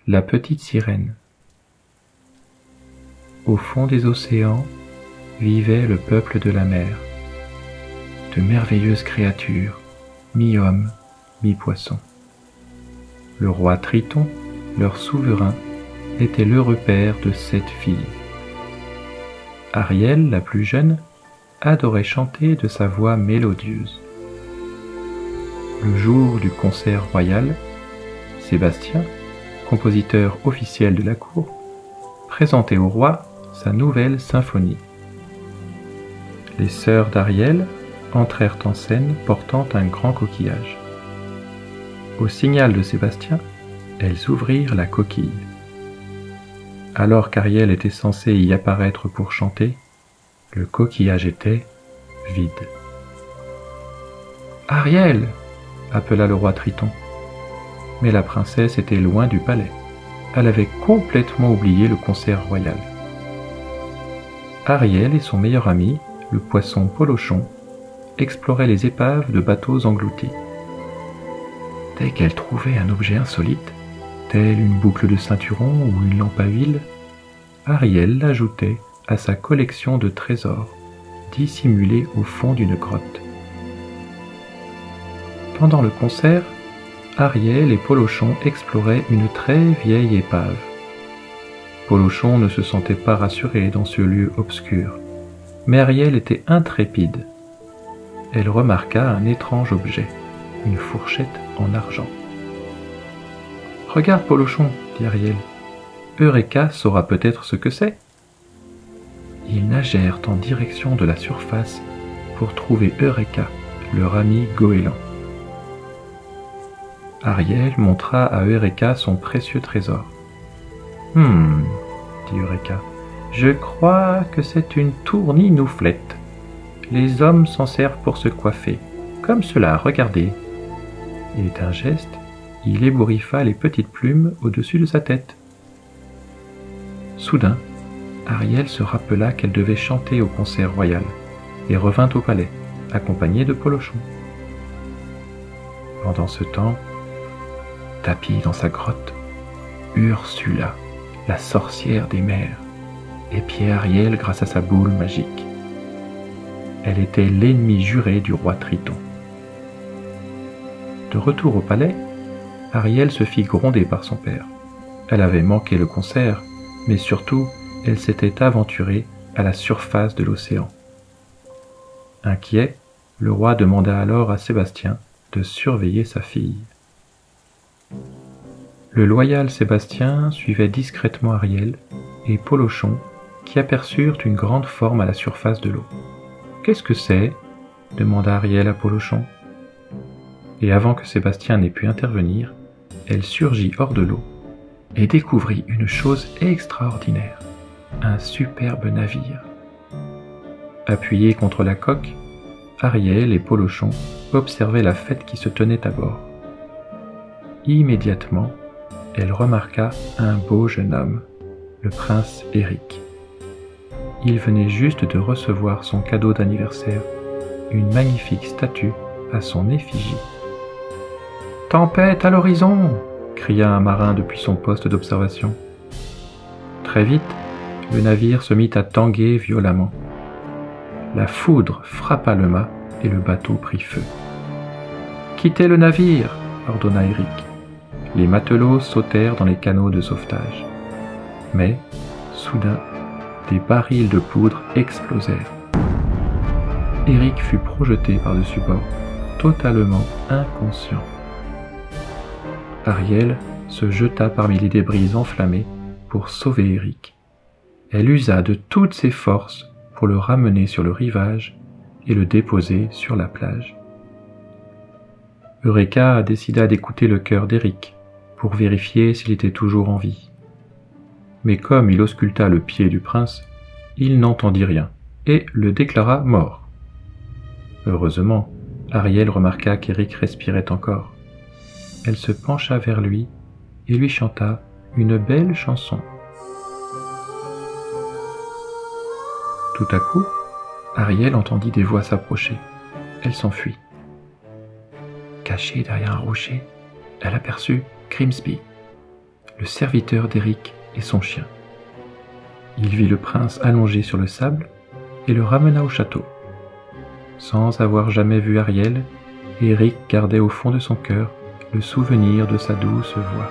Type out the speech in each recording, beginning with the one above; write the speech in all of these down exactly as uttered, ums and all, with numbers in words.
La petite sirène. Au fond des océans vivait le peuple de la mer, de merveilleuses créatures, mi-hommes, mi-poissons. Le roi Triton, leur souverain, était l'heureux père de sept filles. Ariel, la plus jeune, adorait chanter de sa voix mélodieuse. Le jour du concert royal, Sébastien, compositeur officiel de la cour, présentait au roi sa nouvelle symphonie. Les sœurs d'Ariel entrèrent en scène portant un grand coquillage. Au signal de Sébastien, elles ouvrirent la coquille. Alors qu'Ariel était censée y apparaître pour chanter, le coquillage était vide. « Ariel !» appela le roi Triton. Mais la princesse était loin du palais. Elle avait complètement oublié le concert royal. Ariel et son meilleur ami, le poisson Polochon, exploraient les épaves de bateaux engloutis. Dès qu'elle trouvait un objet insolite, telle une boucle de ceinturon ou une lampe à huile, Ariel l'ajoutait à sa collection de trésors, dissimulés au fond d'une grotte. Pendant le concert, Ariel et Polochon exploraient une très vieille épave. Polochon ne se sentait pas rassuré dans ce lieu obscur, mais Ariel était intrépide. Elle remarqua un étrange objet, une fourchette en argent. « Regarde, Polochon, » dit Ariel, « Eureka saura peut-être ce que c'est. » Ils nagèrent en direction de la surface pour trouver Eureka, leur ami goéland. Ariel montra à Eureka son précieux trésor. « Hum, dit Eureka, je crois que c'est une tourninouflette. Les hommes s'en servent pour se coiffer, comme cela, regardez. » Et d'un geste, il ébouriffa les petites plumes au-dessus de sa tête. Soudain, Ariel se rappela qu'elle devait chanter au concert royal et revint au palais, accompagnée de Polochon. Pendant ce temps, tapie dans sa grotte, Ursula, la sorcière des mers, épiait Ariel grâce à sa boule magique. Elle était l'ennemie jurée du roi Triton. De retour au palais, Ariel se fit gronder par son père. Elle avait manqué le concert, mais surtout, elle s'était aventurée à la surface de l'océan. Inquiet, le roi demanda alors à Sébastien de surveiller sa fille. Le loyal Sébastien suivait discrètement Ariel et Polochon, qui aperçurent une grande forme à la surface de l'eau. « Qu'est-ce que c'est » demanda Ariel à Polochon. Et avant que Sébastien n'ait pu intervenir, elle surgit hors de l'eau et découvrit une chose extraordinaire, un superbe navire. Appuyés contre la coque, Ariel et Polochon observaient la fête qui se tenait à bord. Immédiatement, elle remarqua un beau jeune homme, le prince Éric. Il venait juste de recevoir son cadeau d'anniversaire, une magnifique statue à son effigie. « Tempête à l'horizon !» cria un marin depuis son poste d'observation. Très vite, le navire se mit à tanguer violemment. La foudre frappa le mât et le bateau prit feu. « Quittez le navire !» ordonna Éric. Les matelots sautèrent dans les canots de sauvetage. Mais, soudain, des barils de poudre explosèrent. Éric fut projeté par-dessus bord, totalement inconscient. Ariel se jeta parmi les débris enflammés pour sauver Éric. Elle usa de toutes ses forces pour le ramener sur le rivage et le déposer sur la plage. Eureka décida d'écouter le cœur d'Éric pour vérifier s'il était toujours en vie. Mais comme il ausculta le pied du prince, il n'entendit rien et le déclara mort. Heureusement, Ariel remarqua qu'Éric respirait encore. Elle se pencha vers lui et lui chanta une belle chanson. Tout à coup, Ariel entendit des voix s'approcher. Elle s'enfuit. Cachée derrière un rocher, elle aperçut Grimsby. le serviteur d'Eric et son chien. Il vit le prince allongé sur le sable et le ramena au château. Sans avoir jamais vu Ariel, Eric gardait au fond de son cœur le souvenir de sa douce voix.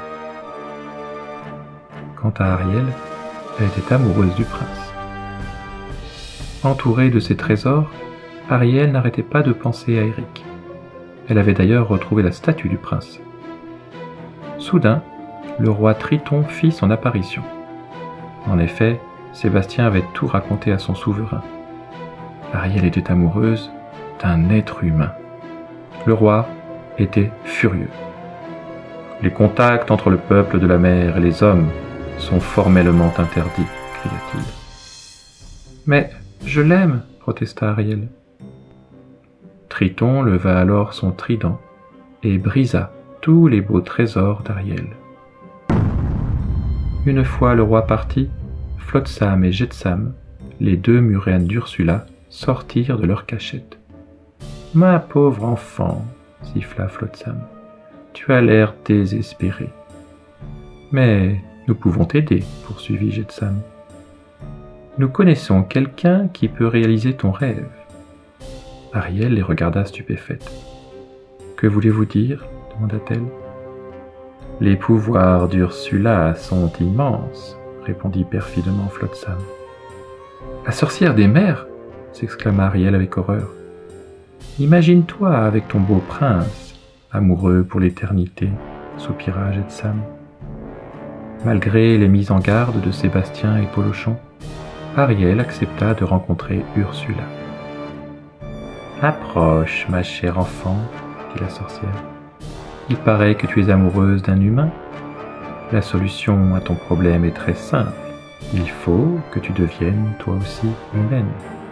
Quant à Ariel, elle était amoureuse du prince. Entourée de ses trésors, Ariel n'arrêtait pas de penser à Eric. Elle avait d'ailleurs retrouvé la statue du prince. Soudain, le roi Triton fit son apparition. En effet, Sébastien avait tout raconté à son souverain. Ariel était amoureuse d'un être humain. Le roi était furieux. Les contacts entre le peuple de la mer et les hommes sont formellement interdits, cria-t-il. Mais je l'aime, protesta Ariel. Triton leva alors son trident et brisa tous les beaux trésors d'Ariel. Une fois le roi parti, Flotsam et Jetsam, les deux murénes d'Ursula, sortirent de leur cachette. « Ma pauvre enfant, siffla Flotsam, tu as l'air désespéré. »« Mais nous pouvons t'aider, poursuivit Jetsam. Nous connaissons quelqu'un qui peut réaliser ton rêve. » Ariel les regarda stupéfaite. « Que voulez-vous dire ?» demanda-t-elle. « Les pouvoirs d'Ursula sont immenses, » répondit perfidement Flotsam. « La sorcière des mers !» s'exclama Ariel avec horreur. « Imagine-toi avec ton beau prince, amoureux pour l'éternité, » soupira Jetsam. Malgré les mises en garde de Sébastien et Polochon, Ariel accepta de rencontrer Ursula. « Approche, ma chère enfant, » dit la sorcière. « Il paraît que tu es amoureuse d'un humain. La solution à ton problème est très simple. Il faut que tu deviennes toi aussi humaine. »«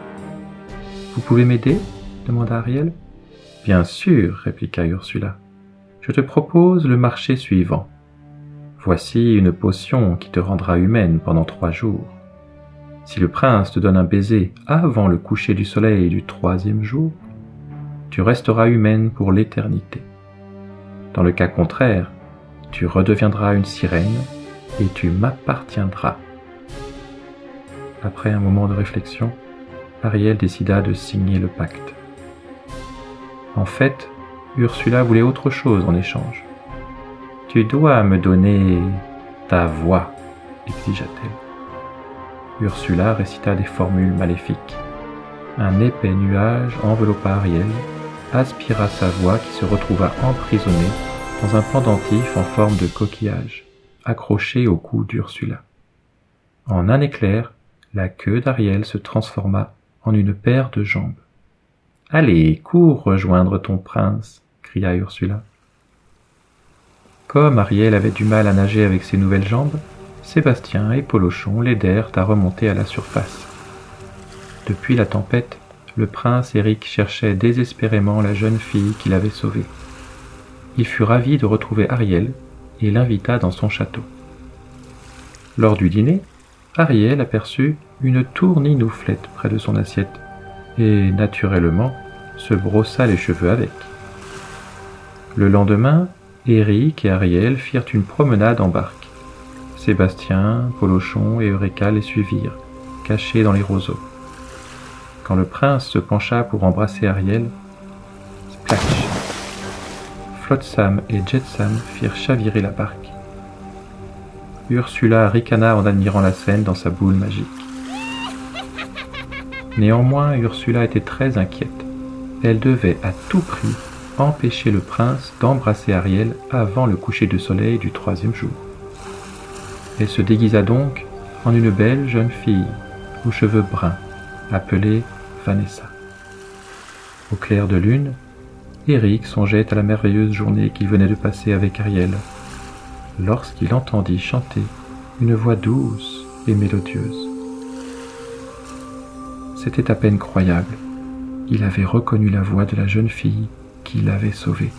Vous pouvez m'aider ?» demanda Ariel. « Bien sûr, répliqua Ursula. Je te propose le marché suivant. Voici une potion qui te rendra humaine pendant trois jours. Si le prince te donne un baiser avant le coucher du soleil du troisième jour, tu resteras humaine pour l'éternité. Dans le cas contraire, tu redeviendras une sirène et tu m'appartiendras. » Après un moment de réflexion, Ariel décida de signer le pacte. En fait, Ursula voulait autre chose en échange. « Tu dois me donner ta voix, » exigea-t-elle. Ursula récita des formules maléfiques. Un épais nuage enveloppa Ariel, aspira sa voix qui se retrouva emprisonnée dans un pendentif en forme de coquillage, accroché au cou d'Ursula. En un éclair, la queue d'Ariel se transforma en une paire de jambes. « Allez, cours rejoindre ton prince !» cria Ursula. Comme Ariel avait du mal à nager avec ses nouvelles jambes, Sébastien et Polochon l'aidèrent à remonter à la surface. Depuis la tempête, le prince Eric cherchait désespérément la jeune fille qu'il avait sauvée. Il fut ravi de retrouver Ariel et l'invita dans son château. Lors du dîner, Ariel aperçut une tourninouflette près de son assiette et, naturellement, se brossa les cheveux avec. Le lendemain, Eric et Ariel firent une promenade en barque. Sébastien, Polochon et Eureka les suivirent, cachés dans les roseaux. Quand le prince se pencha pour embrasser Ariel, splash! Flotsam et Jetsam firent chavirer la barque. Ursula ricana en admirant la scène dans sa boule magique. Néanmoins, Ursula était très inquiète. Elle devait à tout prix empêcher le prince d'embrasser Ariel avant le coucher du soleil du troisième jour. Elle se déguisa donc en une belle jeune fille aux cheveux bruns, appelée Vanessa. Au clair de lune, Eric songeait à la merveilleuse journée qu'il venait de passer avec Ariel, lorsqu'il entendit chanter une voix douce et mélodieuse. C'était à peine croyable. Il avait reconnu la voix de la jeune fille qui l'avait sauvé.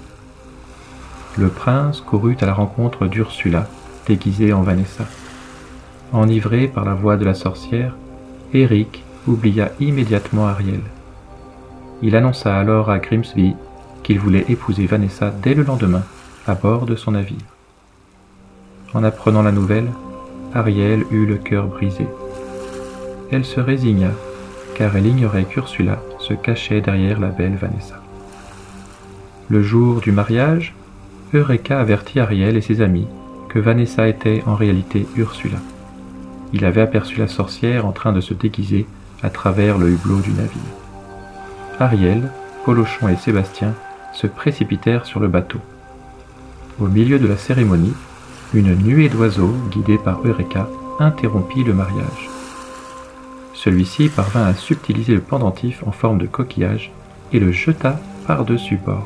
Le prince courut à la rencontre d'Ursula, déguisée en Vanessa. Enivré par la voix de la sorcière, Eric oublia immédiatement Ariel. Il annonça alors à Grimsby qu'il voulait épouser Vanessa dès le lendemain, à bord de son navire. En apprenant la nouvelle, Ariel eut le cœur brisé. Elle se résigna, car elle ignorait qu'Ursula se cachait derrière la belle Vanessa. Le jour du mariage, Eureka avertit Ariel et ses amis que Vanessa était en réalité Ursula. Il avait aperçu la sorcière en train de se déguiser à travers le hublot du navire. Ariel, Polochon et Sébastien se précipitèrent sur le bateau. Au milieu de la cérémonie, une nuée d'oiseaux, guidée par Eureka, interrompit le mariage. Celui-ci parvint à subtiliser le pendentif en forme de coquillage et le jeta par-dessus bord.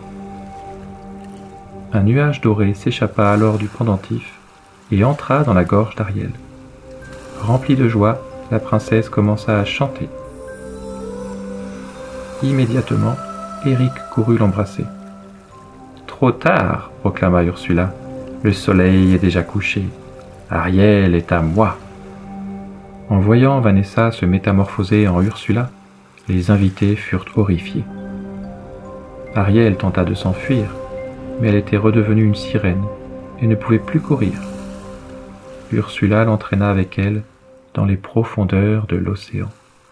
Un nuage doré s'échappa alors du pendentif et entra dans la gorge d'Ariel. Remplie de joie, la princesse commença à chanter. Immédiatement, Eric courut l'embrasser. « Trop tard !» proclama Ursula. « Le soleil est déjà couché. Ariel est à moi !» En voyant Vanessa se métamorphoser en Ursula, les invités furent horrifiés. Ariel tenta de s'enfuir, mais elle était redevenue une sirène et ne pouvait plus courir. Ursula l'entraîna avec elle dans les profondeurs de l'océan.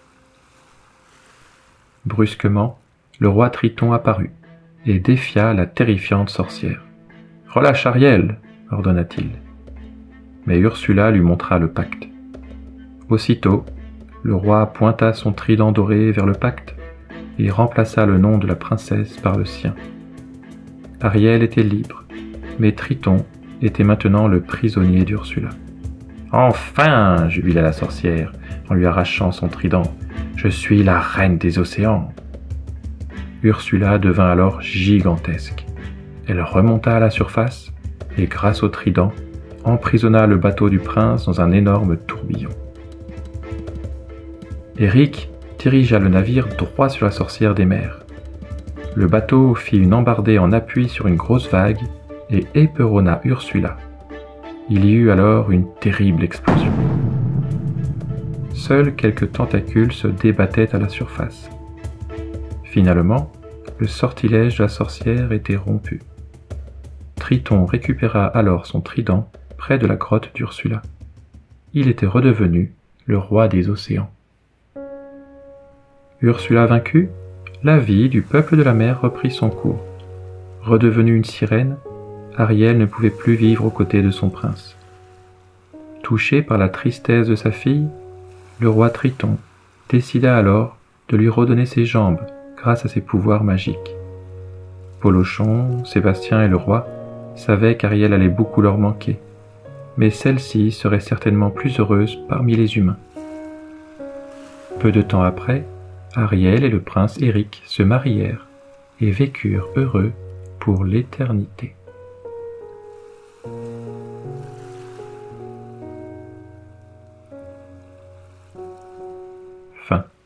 Brusquement, le roi Triton apparut et défia la terrifiante sorcière. « Relâche Ariel !» ordonna-t-il. Mais Ursula lui montra le pacte. Aussitôt, le roi pointa son trident doré vers le pacte et remplaça le nom de la princesse par le sien. Ariel était libre, mais Triton était maintenant le prisonnier d'Ursula. « Enfin !» jubila la sorcière en lui arrachant son trident. « Je suis la reine des océans !» Ursula devint alors gigantesque. Elle remonta à la surface et, grâce au trident, emprisonna le bateau du prince dans un énorme tourbillon. Eric dirigea le navire droit sur la sorcière des mers. Le bateau fit une embardée en appui sur une grosse vague et éperonna Ursula. Il y eut alors une terrible explosion. Seuls quelques tentacules se débattaient à la surface. Finalement, le sortilège de la sorcière était rompu. Triton récupéra alors son trident près de la grotte d'Ursula. Il était redevenu le roi des océans. Ursula vaincue, la vie du peuple de la mer reprit son cours. Redevenue une sirène, Ariel ne pouvait plus vivre aux côtés de son prince. Touché par la tristesse de sa fille, le roi Triton décida alors de lui redonner ses jambes grâce à ses pouvoirs magiques. Polochon, Sébastien et le roi savaient qu'Ariel allait beaucoup leur manquer, mais celle-ci serait certainement plus heureuse parmi les humains. Peu de temps après, Ariel et le prince Eric se marièrent et vécurent heureux pour l'éternité. Fin.